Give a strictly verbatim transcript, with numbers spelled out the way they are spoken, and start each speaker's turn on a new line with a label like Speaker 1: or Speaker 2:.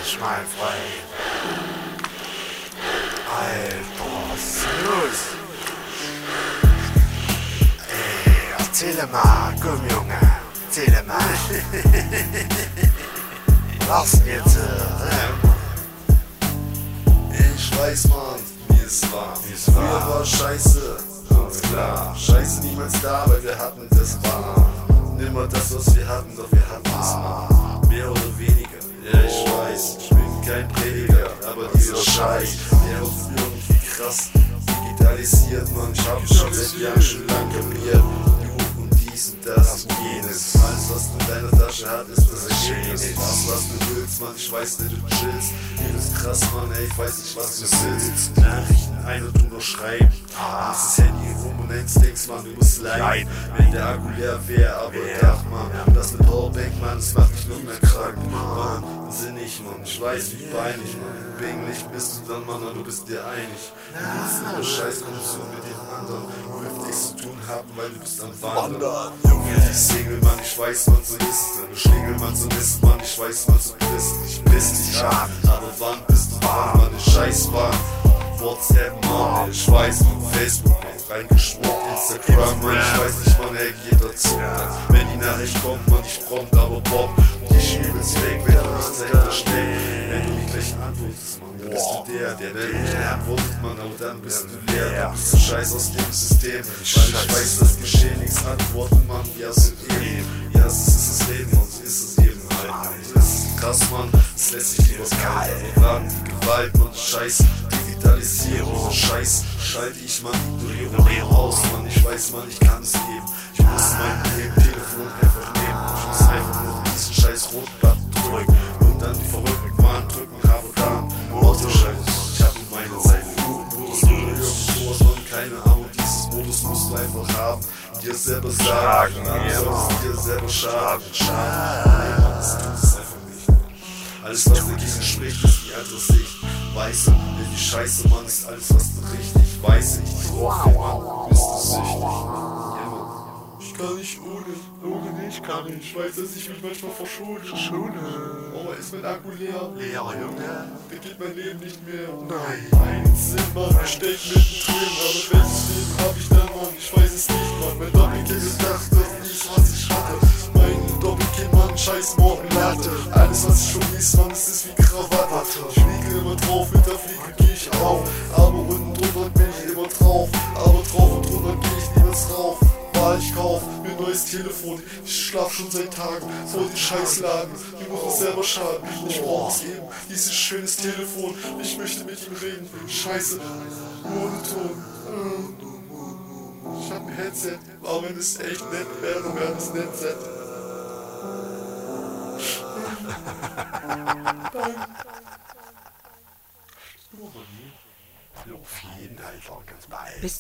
Speaker 1: nicht, mein Freund. Alter, was ist los? Ey, erzähle mal, komm Junge, erzähle mal. Was denn jetzt? Äh?
Speaker 2: Ich weiß, Mann, wie es war. Früher war Scheiße, ganz klar. Scheiße niemals da, weil wir hatten das war. Nimmer das, was wir hatten, doch wir hatten es mal. Mehr oder weniger, ja ich weiß. Ich bin kein Prediger, aber dieser Scheiß, der uns irgendwie krass digitalisiert, man. Ich hab schon seit Jahren schon lang kapiert. Du und dies und das und jenes. Alles, was du in deiner Tasche hast, ist das Ergebnis. Das, was du willst, man, ich weiß nicht, du chillst. Jedes krass, Mann, ey, ich weiß nicht, was du willst. Nachrichten ein und du nur schreiben. Ah, das Handy rum und eins denkst, man, du musst leiden. Wenn der Akku leer wär, aber dach, man, das mit Powerbank, man, das macht dich noch mehr krank. Mann, sinnig, man, ich weiß, wie peinlich, man. Bänglich bist du dann, Mann, aber du bist dir einig. Du willst nur Scheißkonsum mit den anderen. Du willst nichts zu tun haben, weil du bist am Wandern. Junge, ich Single, Mann, ich weiß, man, so ist. Wenn du Schlingel, Mann, so ist, Mann, ich weiß, man, so bist. Ich piss dich an, aber wann bist du dran, Mann, eine Scheißbahn. WhatsApp, Mann, ich weiß, man, Facebook, man, reingeschwurt, Instagram, man, ich weiß nicht, man, ey, geht dazu. Wenn die Nachricht kommt, man, ich prompt, aber Bob, ich übelst weg, wenn du nichts dahinter steckst. Wenn du nicht gleich antwortest, man, dann bist du der, der, der nicht antwortet, man, aber dann bist du leer, dann bist du scheiß aus dem System, weil ich weiß, das geschehen, nichts antworten, man, ja, so eben, ja, das ist das Leben und so ist es eben halt, man, das ist krass, man, das lässt sich lieber kalt, aber dann die Gewalt, man, Scheiß, Digitalisierung, Scheiß, schalte ich, man, ignoriere aus, man, ich weiß, man, ich kann es geben, ich muss mein Leben, Telefon einfach nehmen, ich muss einfach nur diesen scheiß Rotbutton drücken und dann die verrückten Waren drücken, habe dann Autoscheiß, ich habe meine Zeit, Modus, irgendwo hast man keine Ahnung, dieses Modus musst du einfach haben, dir selber sagen, dann sollst du dir selber schaden, schaden, nein, man, das tut es einfach nicht. Alles, was dagegen spricht, ist die andere Sicht. Weiße, wenn die Scheiße, Mann, ist alles, was du richtig weiß. Ich drauf bin, Mann, bist du süchtig. Ja, Mann. Ich kann nicht ohne, ohne nicht kann ich. Ich weiß, dass ich mich manchmal verschone. Verschone. Oh, ist mein Akku leer?
Speaker 1: Leer, Junge.
Speaker 2: Da geht mein Leben nicht mehr. Nein. Einen Sinn, Mann, ich steck mittendrin. Aber welches Leben hab ich dann, Mann? Ich weiß es nicht, Mann. Mein Doppelkind gedacht, das ist, was ich hatte. Mein Doppelkind, Mann, scheiß Morgenlatte. Alles, was ich vermiss, Mann, es ist wie Krawatte. Ich fliege immer drauf, mit der Fliege geh ich auf. Aber unten drunter bin ich immer drauf. Aber drauf und drunter geh ich niemals drauf. Weil ich kauf mir ein neues Telefon. Ich schlaf schon seit Tagen vor den Scheißladen. Ich muss mir selber schaden. Ich brauch es eben, dieses schönes Telefon. Ich möchte mit ihm reden. Scheiße, Monoton. Ich hab ein Headset, aber wenn es echt nett wäre, dann wäre das Netzset.
Speaker 1: Auf jeden Fall, ganz bald.